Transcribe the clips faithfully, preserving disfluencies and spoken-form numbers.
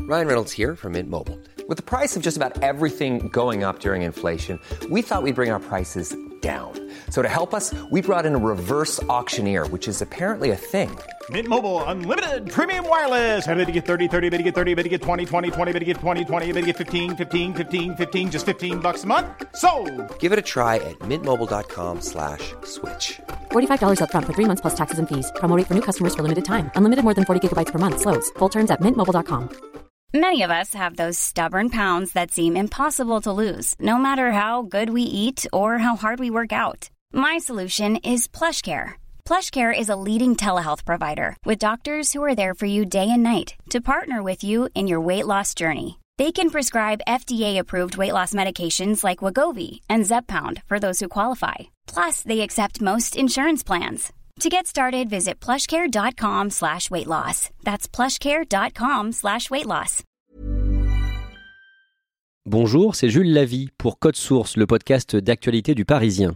Ryan Reynolds here from Mint Mobile. With the price of just about everything going up during inflation, we thought we'd bring our prices down. So to help us, we brought in a reverse auctioneer, which is apparently a thing. Mint Mobile Unlimited Premium Wireless. How to get thirty, thirty, how to get thirty, how to get twenty, twenty, twenty, how to get twenty, twenty, how to get fifteen, fifteen, fifteen, fifteen, just fifteen bucks a month? Sold! Give it a try at mintmobile.com slash switch. forty-five dollars up front for three months plus taxes and fees. Promo rate for new customers for limited time. Unlimited more than forty gigabytes per month. Slows full terms at mint mobile dot com. Many of us have those stubborn pounds that seem impossible to lose, no matter how good we eat or how hard we work out. My solution is PlushCare. PlushCare is a leading telehealth provider with doctors who are there for you day and night to partner with you in your weight loss journey. They can prescribe F D A-approved weight loss medications like Wegovy and Zepbound for those who qualify. Plus, they accept most insurance plans. To get started, visit plushcare.com slash weight loss. That's plushcare.com slash weight loss. Bonjour, c'est Jules Lavie pour Code Source, le podcast d'actualité du Parisien.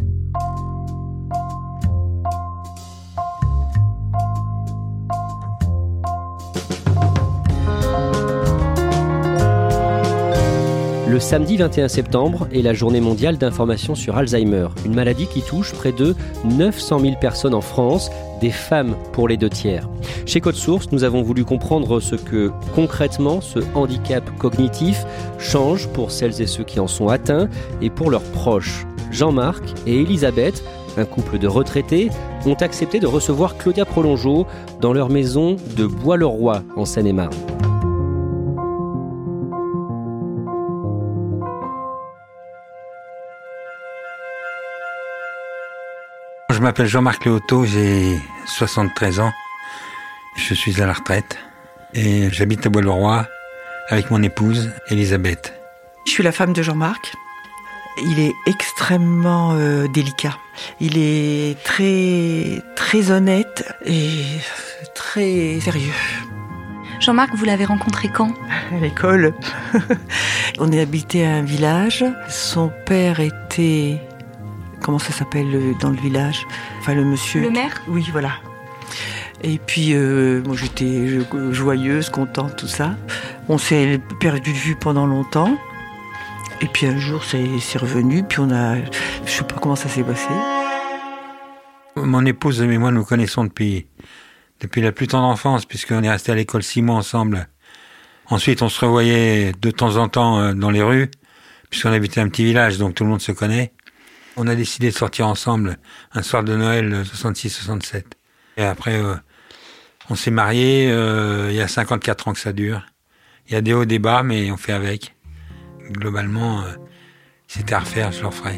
Le samedi vingt et un septembre est la journée mondiale d'information sur Alzheimer, une maladie qui touche près de neuf cent mille personnes en France, des femmes pour les deux tiers. Chez Code Source, nous avons voulu comprendre ce que, concrètement, ce handicap cognitif change pour celles et ceux qui en sont atteints et pour leurs proches. Jean-Marc et Elisabeth, un couple de retraités, ont accepté de recevoir Claudia Prolongeau dans leur maison de Bois-le-Roi, en Seine-et-Marne. Je m'appelle Jean-Marc Léoto, j'ai soixante-treize ans, je suis à la retraite et j'habite à Bois-le-Roi avec mon épouse Elisabeth. Je suis la femme de Jean-Marc. Il est extrêmement euh, délicat. Il est très, très honnête et très sérieux. Jean-Marc, vous l'avez rencontré quand ? À l'école. On est habité à un village. Son père était... Comment ça s'appelle dans le village ? Enfin, le monsieur... Le maire ? Oui, voilà. Et puis, euh, moi, j'étais joyeuse, contente, tout ça. On s'est perdu de vue pendant longtemps. Et puis, un jour, c'est, c'est revenu. Puis, on a... Je sais pas comment ça s'est passé. Mon épouse et moi, nous connaissons depuis, depuis la plus tendre enfance, puisqu'on est restés à l'école six mois ensemble. Ensuite, on se revoyait de temps en temps dans les rues, puisqu'on habitait un petit village, donc tout le monde se connaît. On a décidé de sortir ensemble un soir de Noël soixante-six soixante-sept. Et après, euh, on s'est mariés, euh, il y a cinquante-quatre ans que ça dure. Il y a des hauts, des bas, mais on fait avec. Globalement, euh, si c'était à refaire, je le referais.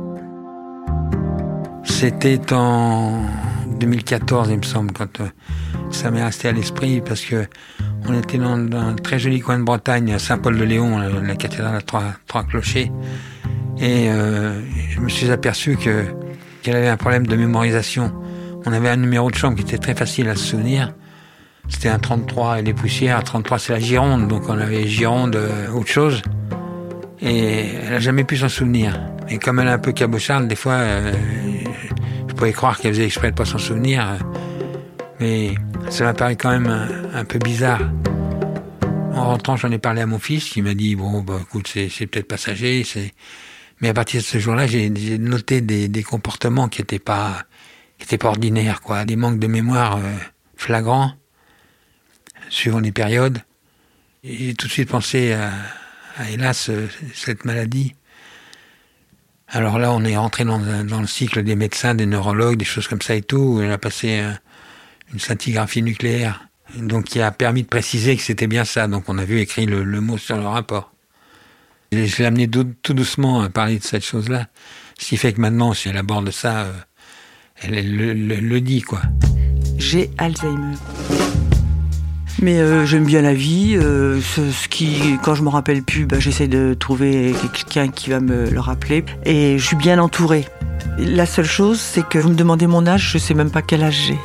C'était en deux mille quatorze, il me semble, quand euh, ça m'est resté à l'esprit, parce que on était dans, dans un très joli coin de Bretagne, à Saint-Paul-de-Léon, la, la cathédrale à trois, trois clochers. Et euh, je me suis aperçu que, qu'elle avait un problème de mémorisation. On avait un numéro de chambre qui était très facile à se souvenir. C'était un trente-trois et les poussières. trente-trois, c'est la Gironde, donc on avait Gironde, euh, autre chose. Et elle n'a jamais pu s'en souvenir. Et comme elle est un peu cabocharde, des fois, euh, je pouvais croire qu'elle faisait exprès de pas s'en souvenir. Mais ça m'a paru quand même un, un peu bizarre. En rentrant, j'en ai parlé à mon fils, qui m'a dit, bon, bah, écoute, c'est, c'est peut-être passager, c'est... Mais à partir de ce jour-là, j'ai, j'ai noté des, des comportements qui étaient pas, qui étaient pas ordinaires, quoi. Des manques de mémoire euh, flagrants, suivant les périodes. Et j'ai tout de suite pensé à, à hélas, euh, cette maladie. Alors là, on est rentré dans, dans le cycle des médecins, des neurologues, des choses comme ça et tout. Elle a passé euh, une scintigraphie nucléaire, donc qui a permis de préciser que c'était bien ça. Donc on a vu écrit le, le mot sur le rapport. Et je l'ai amené tout doucement à parler de cette chose-là. Ce qui fait que maintenant, si elle aborde ça, euh, elle, elle le, le, le dit, quoi. J'ai Alzheimer. Mais euh, j'aime bien la vie. Euh, ce, ce qui, quand je me rappelle plus, bah, j'essaie de trouver quelqu'un qui va me le rappeler. Et je suis bien entourée. La seule chose, c'est que vous me demandez mon âge, je sais même pas quel âge j'ai.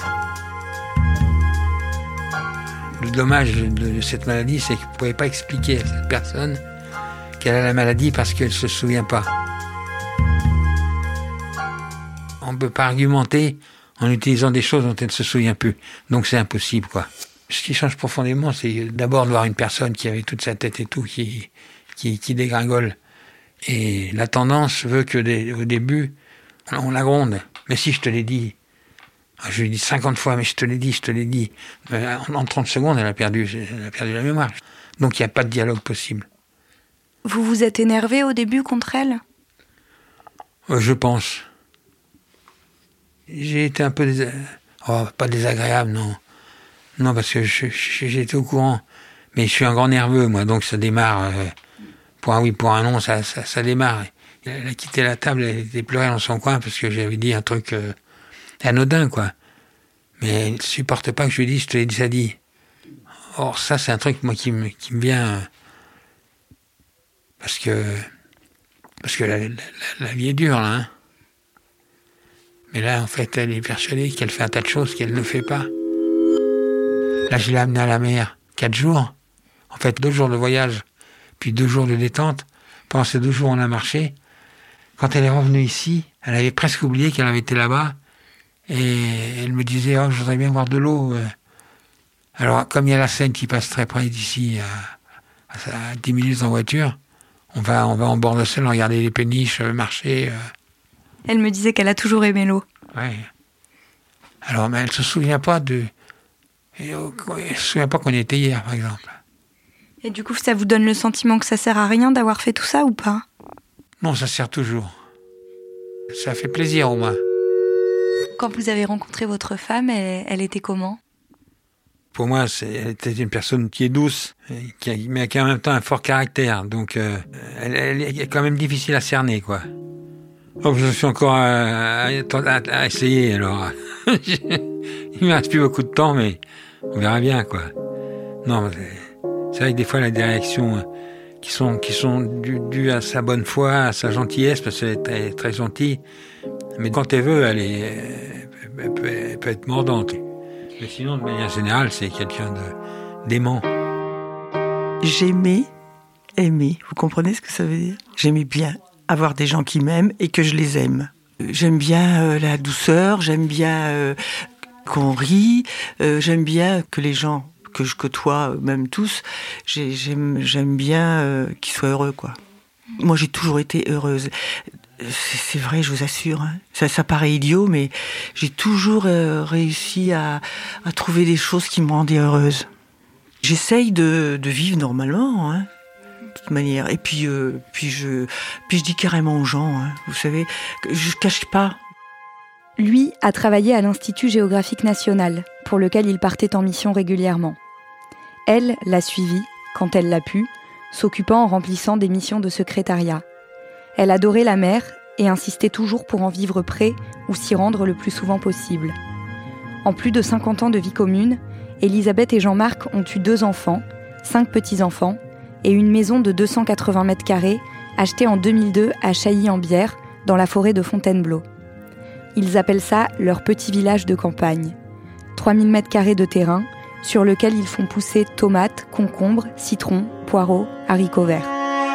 Le dommage de cette maladie, c'est que vous ne pouvez pas expliquer à cette personne qu'elle a la maladie parce qu'elle ne se souvient pas. On ne peut pas argumenter en utilisant des choses dont elle ne se souvient plus. Donc c'est impossible, quoi. Ce qui change profondément, c'est d'abord de voir une personne qui avait toute sa tête et tout, qui, qui, qui dégringole. Et la tendance veut que des, au début, on la gronde. Mais si je te l'ai dit, je lui ai dit cinquante fois, mais je te l'ai dit, je te l'ai dit. En trente secondes, elle a perdu, elle a perdu la mémoire. Donc il n'y a pas de dialogue possible. Vous vous êtes énervé au début contre elle ? euh, Je pense. J'ai été un peu... Dés... Oh, pas désagréable, non. Non, parce que je, je, j'étais au courant. Mais je suis un grand nerveux, moi, donc ça démarre... Euh, pour un oui, pour un non, ça, ça, ça démarre. Elle a quitté la table, elle était pleurée dans son coin parce que j'avais dit un truc euh, anodin, quoi. Mais elle ne supporte pas que je lui dise, je te l'ai déjà dit. Or, ça, c'est un truc, moi, qui me, qui me vient... Euh, parce que... Parce que la, la, la vie est dure, là, hein. Mais là, en fait, elle est persuadée qu'elle fait un tas de choses qu'elle ne fait pas. Là, je l'ai amenée à la mer, quatre jours. En fait, deux jours de voyage, puis deux jours de détente. Pendant ces deux jours, on a marché. Quand elle est revenue ici, elle avait presque oublié qu'elle avait été là-bas. Et elle me disait, oh, je voudrais bien voir de l'eau. Alors, comme il y a la Seine qui passe très près d'ici, à, à dix minutes en voiture, on va, on va en bord de Seine regarder les péniches, marcher. Elle me disait qu'elle a toujours aimé l'eau. Oui. Alors, mais elle ne se souvient pas de... Elle ne se souvient pas qu'on y était hier, par exemple. Et du coup, ça vous donne le sentiment que ça sert à rien d'avoir fait tout ça ou pas ? Non, ça sert toujours. Ça fait plaisir au moins. Quand vous avez rencontré votre femme, elle, elle était comment ? Pour moi, c'est, elle était une personne qui est douce, qui a, mais qui a en même temps un fort caractère. Donc, euh, elle, elle est quand même difficile à cerner, quoi. Oh, je suis encore à, à, à essayer, alors. Il ne me reste plus beaucoup de temps, mais on verra bien, quoi. Non, c'est vrai que des fois, elle a des réactions qui sont, qui sont dues, dues à sa bonne foi, à sa gentillesse, parce qu'elle est très, très gentille. Mais quand elle veut, elle, est, elle, peut, elle peut être mordante. Mais sinon, de manière générale, c'est quelqu'un de, d'aimant. J'aimais aimer. Vous comprenez ce que ça veut dire ? J'aimais bien avoir des gens qui m'aiment et que je les aime. J'aime bien euh, la douceur, j'aime bien euh, qu'on rit, euh, j'aime bien que les gens que je côtoie, même tous, j'ai, j'aime, j'aime bien euh, qu'ils soient heureux, quoi. Moi, j'ai toujours été heureuse. C'est, c'est vrai, je vous assure. Hein. Ça, ça paraît idiot, mais j'ai toujours euh, réussi à, à trouver des choses qui me rendaient heureuse. J'essaye de, de vivre normalement, hein, de toute manière. Et puis, euh, puis, je, puis je dis carrément aux gens, hein, vous savez, je ne cache pas. Lui a travaillé à l'Institut géographique national, pour lequel il partait en mission régulièrement. Elle l'a suivi, quand elle l'a pu, s'occupant en remplissant des missions de secrétariat. Elle adorait la mer et insistait toujours pour en vivre près ou s'y rendre le plus souvent possible. En plus de cinquante ans de vie commune, Elisabeth et Jean-Marc ont eu deux enfants, cinq petits-enfants et une maison de deux cent quatre-vingts mètres carrés achetée en deux mille deux à Chailly-en-Bière, dans la forêt de Fontainebleau. Ils appellent ça leur petit village de campagne. trois mille mètres carrés de terrain sur lequel ils font pousser tomates, concombres, citrons, poireaux, haricots verts.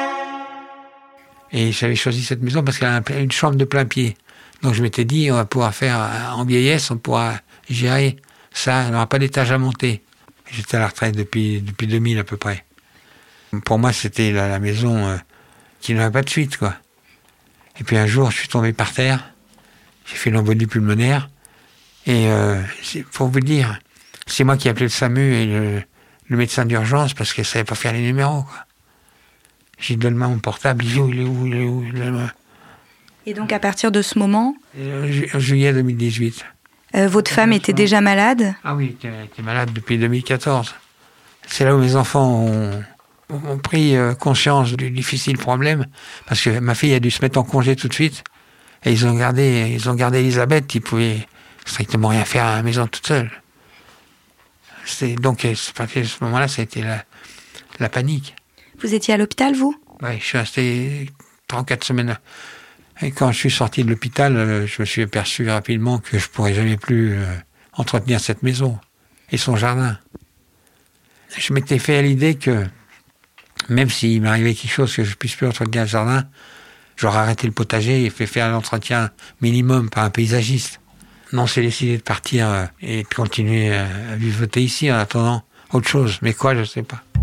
Et j'avais choisi cette maison parce qu'elle a une chambre de plein pied. Donc je m'étais dit, on va pouvoir faire, en vieillesse, on pourra gérer ça, il n'y aura pas d'étage à monter. J'étais à la retraite depuis, depuis deux mille à peu près. Pour moi, c'était la, la maison euh, qui n'avait pas de suite, quoi. Et puis un jour, je suis tombé par terre, j'ai fait l'embolie pulmonaire, et euh, c'est, pour vous dire, c'est moi qui ai appelé le SAMU et le, le médecin d'urgence parce qu'elle ne savait pas faire les numéros, quoi. J'ai dit, donne-moi mon portable, il est où, il est où, il est où, il est où. Et donc à partir de ce moment... En juillet deux mille dix-huit. Euh, votre femme était déjà malade ? Ah oui, elle était malade depuis deux mille quatorze. C'est là où mes enfants ont, ont pris conscience du difficile problème, parce que ma fille a dû se mettre en congé tout de suite, et ils ont gardé, ils ont gardé Elisabeth, qui pouvait strictement rien faire à la maison toute seule. C'est, donc à ce moment-là, ça a été la, la panique. Vous étiez à l'hôpital, vous ? Oui, je suis resté trente-quatre semaines. Et quand je suis sorti de l'hôpital, je me suis aperçu rapidement que je ne pourrais jamais plus entretenir cette maison et son jardin. Je m'étais fait à l'idée que, même s'il m'arrivait quelque chose que je ne puisse plus entretenir le jardin, j'aurais arrêté le potager et fait faire l'entretien minimum par un paysagiste. Non, c'est décidé de partir euh, et de continuer à, à vivoter ici en attendant autre chose. Mais quoi, je ne sais pas.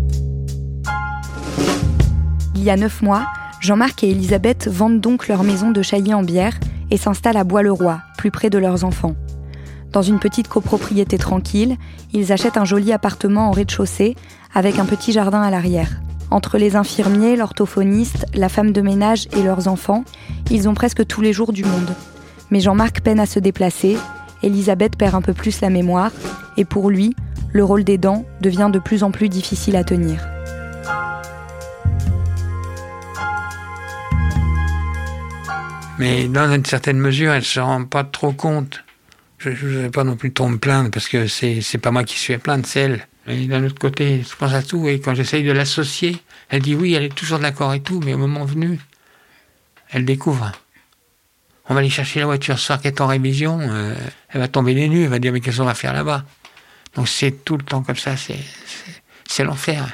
Il y a neuf mois, Jean-Marc et Elisabeth vendent donc leur maison de Chailly-en-Bière et s'installent à Bois-le-Roi, plus près de leurs enfants. Dans une petite copropriété tranquille, ils achètent un joli appartement en rez-de-chaussée avec un petit jardin à l'arrière. Entre les infirmiers, l'orthophoniste, la femme de ménage et leurs enfants, ils ont presque tous les jours du monde. Mais Jean-Marc peine à se déplacer, Elisabeth perd un peu plus la mémoire, et pour lui, le rôle d'aidant devient de plus en plus difficile à tenir. Mais dans une certaine mesure, elle ne se rend pas trop compte. Je ne vais pas non plus trop me plaindre, parce que c'est, c'est pas moi qui suis à plaindre, c'est elle. Mais d'un autre côté, je pense à tout, et quand j'essaye de l'associer, elle dit oui, elle est toujours d'accord et tout, mais au moment venu, elle découvre. On va aller chercher la voiture ce soir qui est en révision, euh, elle va tomber des nues, elle va dire mais qu'est-ce qu'on va faire là-bas? Donc c'est tout le temps comme ça, c'est, c'est, c'est l'enfer.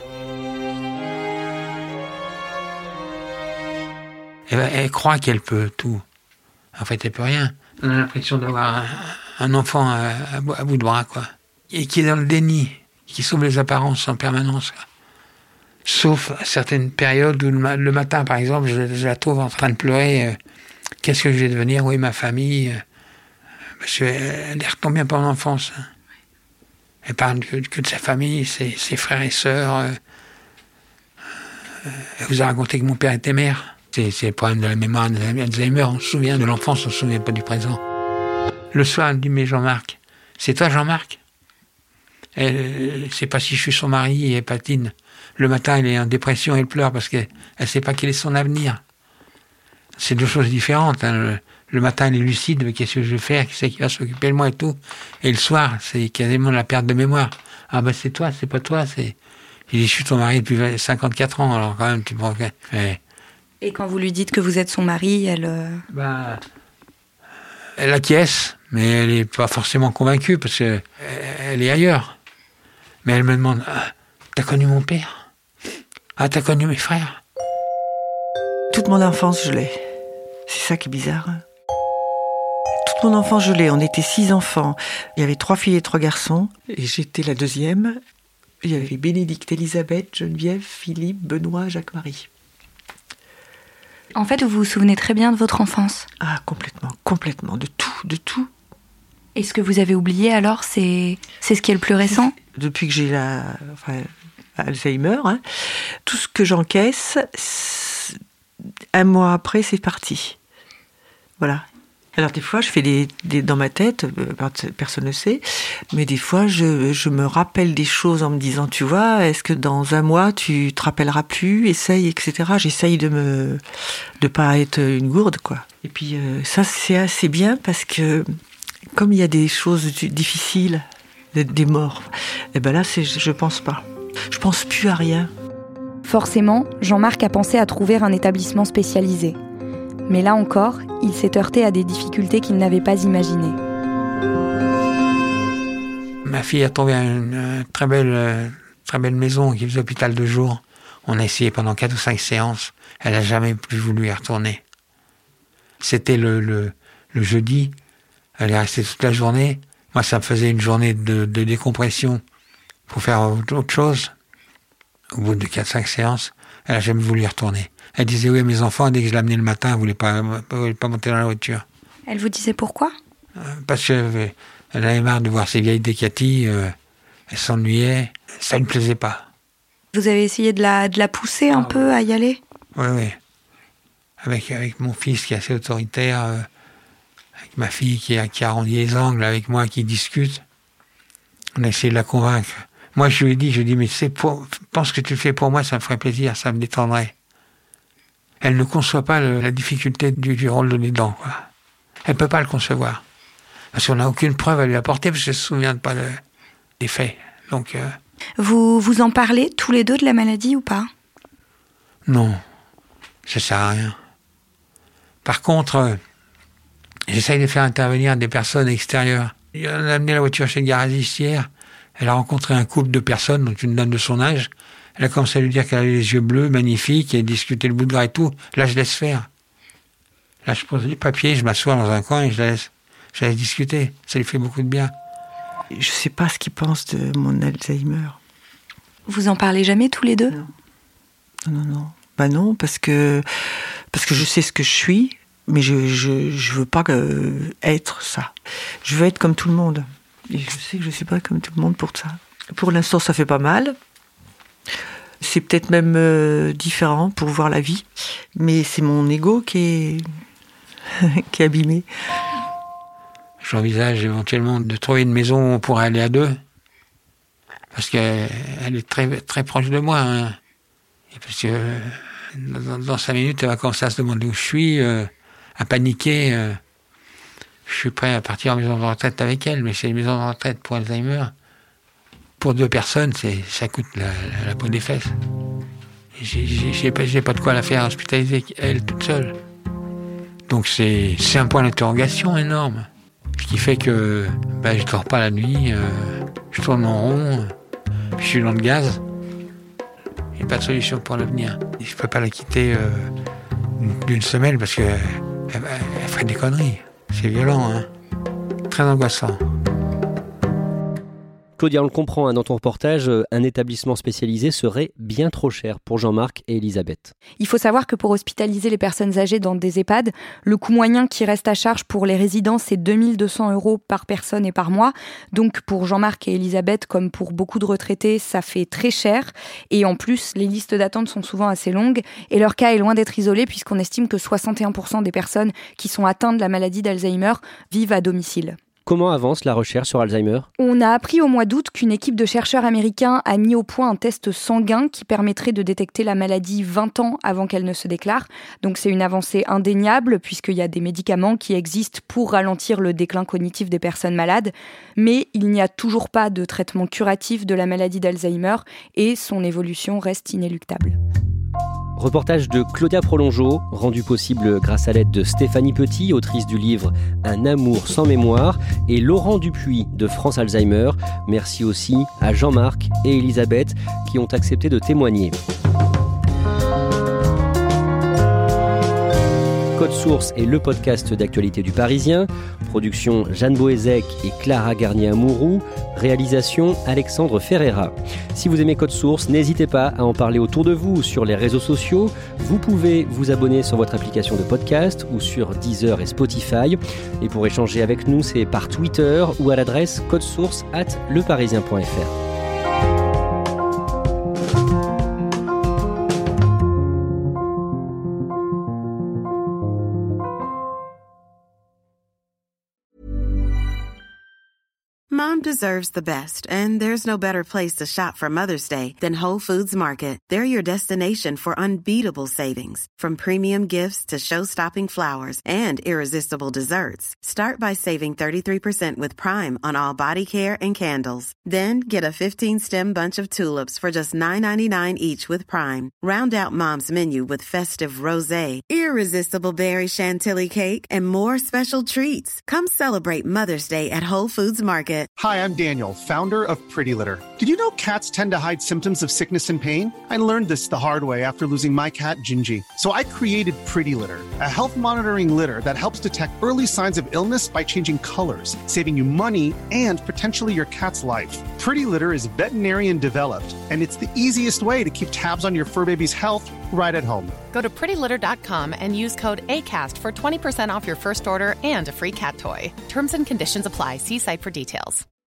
Elle, va, elle croit qu'elle peut tout. En fait, elle peut rien. On a l'impression d'avoir un, un enfant à, à, à bout de bras, quoi. Et qui est dans le déni, qui sauve les apparences en permanence, quoi. Sauf à certaines périodes où le, le matin, par exemple, je, je la trouve en train de pleurer. Euh, Qu'est-ce que je vais devenir? Oui, ma famille. Euh, parce qu'elle est retombée un peu en enfance. Hein. Elle parle que, que de sa famille, ses, ses frères et sœurs. Euh, euh, elle vous a raconté que mon père était maire. C'est, c'est le problème de la mémoire d'Alzheimer. On se souvient de l'enfance, on ne se souvient pas du présent. Le soir, elle me dit, mais Jean-Marc, c'est toi Jean-Marc? Elle ne sait pas si je suis son mari et elle patine. Le matin, elle est en dépression, elle pleure parce qu'elle ne sait pas quel est son avenir. C'est deux choses différentes. Hein. Le, le matin, elle est lucide, mais qu'est-ce que je vais faire? Qui c'est qui va s'occuper de moi et tout? Et le soir, c'est quasiment la perte de mémoire. Ah ben c'est toi, c'est pas toi. C'est... Il dit, je suis ton mari depuis cinquante-quatre ans, alors quand même, tu prends... Ouais. Et quand vous lui dites que vous êtes son mari, elle... Ben, elle acquiesce, mais elle n'est pas forcément convaincue, parce qu'elle est ailleurs. Mais elle me demande, ah, t'as connu mon père? Ah, t'as connu mes frères? Toute mon enfance, je l'ai. C'est ça qui est bizarre. Toute mon enfance, je l'ai. On était six enfants. Il y avait trois filles et trois garçons. Et j'étais la deuxième. Il y avait Bénédicte, Elisabeth, Geneviève, Philippe, Benoît, Jacques-Marie. En fait, vous vous souvenez très bien de votre enfance? Ah, complètement, complètement. De tout, de tout. Et ce que vous avez oublié alors, c'est, c'est ce qui est le plus récent? Depuis que j'ai la, enfin, Alzheimer, hein, tout ce que j'encaisse, un mois après, c'est parti. Voilà. Alors des fois, je fais des, des dans ma tête, personne ne sait, mais des fois, je, je me rappelle des choses en me disant, tu vois, est-ce que dans un mois, tu te rappelleras plus, essaye, et cetera. J'essaye de me, de pas être une gourde, quoi. Et puis euh, ça, c'est assez bien parce que comme il y a des choses difficiles, des, des morts, et ben là, c'est, je pense pas. Je pense plus à rien. Forcément, Jean-Marc a pensé à trouver un établissement spécialisé. Mais là encore, il s'est heurté à des difficultés qu'il n'avait pas imaginées. Ma fille a trouvé une, une très belle, euh, très belle maison qui faisait hôpital de jour. On a essayé pendant quatre ou cinq séances. Elle n'a jamais plus voulu y retourner. C'était le, le, le jeudi. Elle est restée toute la journée. Moi, ça me faisait une journée de, de décompression pour faire autre chose. Au bout de quatre cinq séances, elle n'a jamais voulu y retourner. Elle disait oui, mes enfants, dès que je l'amenais le matin, elle ne voulait pas, voulait pas monter dans la voiture. Elle vous disait pourquoi? euh, Parce qu'elle avait marre de voir ces vieilles Décati, euh, elle s'ennuyait, ça ne lui plaisait pas. Vous avez essayé de la, de la pousser un ah, peu oui. à y aller? Oui, oui. Avec, avec mon fils qui est assez autoritaire, euh, avec ma fille qui, a, qui arrondit les angles, avec moi qui discute. On a essayé de la convaincre. Moi, je lui ai dit, je lui ai dit, mais c'est pour, pense que tu le fais pour moi, ça me ferait plaisir, ça me détendrait. Elle ne conçoit pas le, la difficulté du, du rôle de l'aidant, quoi. Elle ne peut pas le concevoir. Parce qu'on n'a aucune preuve à lui apporter, parce qu'elle ne se souvient pas de, des faits. Donc, euh... Vous vous en parlez tous les deux de la maladie ou pas? Non, ça ne sert à rien. Par contre, euh, j'essaye de faire intervenir des personnes extérieures. On a amené la voiture chez le garagiste hier. Elle a rencontré un couple de personnes, donc une dame de son âge. Elle a commencé à lui dire qu'elle avait les yeux bleus, magnifiques, et discuté le bout de gras et tout. Là, je laisse faire. Là, je pose les papiers, je m'assois dans un coin et je la laisse. j'allais discuter. Ça lui fait beaucoup de bien. Je ne sais pas ce qu'il pense de mon Alzheimer. Vous en parlez jamais tous les deux ? Non. Non, non, non. Bah non, parce que, parce que je sais ce que je suis, mais je ne je, je veux pas que, être ça. Je veux être comme tout le monde. Et je sais que je ne suis pas comme tout le monde pour ça. Pour l'instant, ça fait pas mal. C'est peut-être même euh, différent pour voir la vie, mais c'est mon ego qui est, qui est abîmé. J'envisage éventuellement de trouver une maison où on pourrait aller à deux, parce qu'elle elle est très, très proche de moi. Hein. Et parce que dans, dans cinq minutes, elle va commencer à se demander où je suis, euh, à paniquer. Euh. Je suis prêt à partir en maison de retraite avec elle, mais c'est une maison de retraite pour Alzheimer. Pour deux personnes, c'est, ça coûte la, la, la peau des fesses. J'ai, j'ai, j'ai, pas, j'ai pas de quoi la faire hospitaliser, elle, toute seule. Donc c'est, c'est un point d'interrogation énorme. Ce qui fait que ben, je dors pas la nuit, euh, je tourne en rond, je suis dans le gaz. Il n'y a pas de solution pour l'avenir. Je ne peux pas la quitter euh, d'une semaine parce qu'elle elle, elle ferait des conneries. C'est violent, hein. Très angoissant. Claudia, on le comprend, hein, dans ton reportage, un établissement spécialisé serait bien trop cher pour Jean-Marc et Elisabeth. Il faut savoir que pour hospitaliser les personnes âgées dans des EHPAD, le coût moyen qui reste à charge pour les résidents, c'est deux mille deux cents euros par personne et par mois. Donc pour Jean-Marc et Elisabeth, comme pour beaucoup de retraités, ça fait très cher. Et en plus, les listes d'attente sont souvent assez longues. Et leur cas est loin d'être isolé puisqu'on estime que soixante et un pour cent des personnes qui sont atteintes de la maladie d'Alzheimer vivent à domicile. Comment avance la recherche sur Alzheimer ? On a appris au mois d'août qu'une équipe de chercheurs américains a mis au point un test sanguin qui permettrait de détecter la maladie vingt ans avant qu'elle ne se déclare. Donc c'est une avancée indéniable puisqu'il y a des médicaments qui existent pour ralentir le déclin cognitif des personnes malades. Mais il n'y a toujours pas de traitement curatif de la maladie d'Alzheimer et son évolution reste inéluctable. Reportage de Claudia Prolongeau, rendu possible grâce à l'aide de Stéphanie Petit, autrice du livre Un amour sans mémoire, et Laurent Dupuis de France Alzheimer. Merci aussi à Jean-Marc et Elisabeth qui ont accepté de témoigner. Code Source est le podcast d'actualité du Parisien. Production Jeanne Boézek et Clara Garnier-Amouroux. Réalisation Alexandre Ferreira. Si vous aimez Code Source, n'hésitez pas à en parler autour de vous ou sur les réseaux sociaux. Vous pouvez vous abonner sur votre application de podcast ou sur Deezer et Spotify. Et pour échanger avec nous, c'est par Twitter ou à l'adresse codesource arobase leparisien point f r. Mom deserves the best, and there's no better place to shop for Mother's Day than Whole Foods Market. They're your destination for unbeatable savings, from premium gifts to show-stopping flowers and irresistible desserts. Start by saving thirty-three percent with Prime on all body care and candles. Then get a fifteen-stem bunch of tulips for just nine ninety-nine each with Prime. Round out Mom's menu with festive rosé, irresistible berry chantilly cake, and more special treats. Come celebrate Mother's Day at Whole Foods Market. Hi, I'm Daniel, founder of Pretty Litter. Did you know cats tend to hide symptoms of sickness and pain? I learned this the hard way after losing my cat, Gingy. So I created Pretty Litter, a health monitoring litter that helps detect early signs of illness by changing colors, saving you money and potentially your cat's life. Pretty Litter is veterinarian developed, and it's the easiest way to keep tabs on your fur baby's health right at home. Go to pretty litter dot com and use code ACAST for twenty percent off your first order and a free cat toy. Terms and conditions apply. See site for details.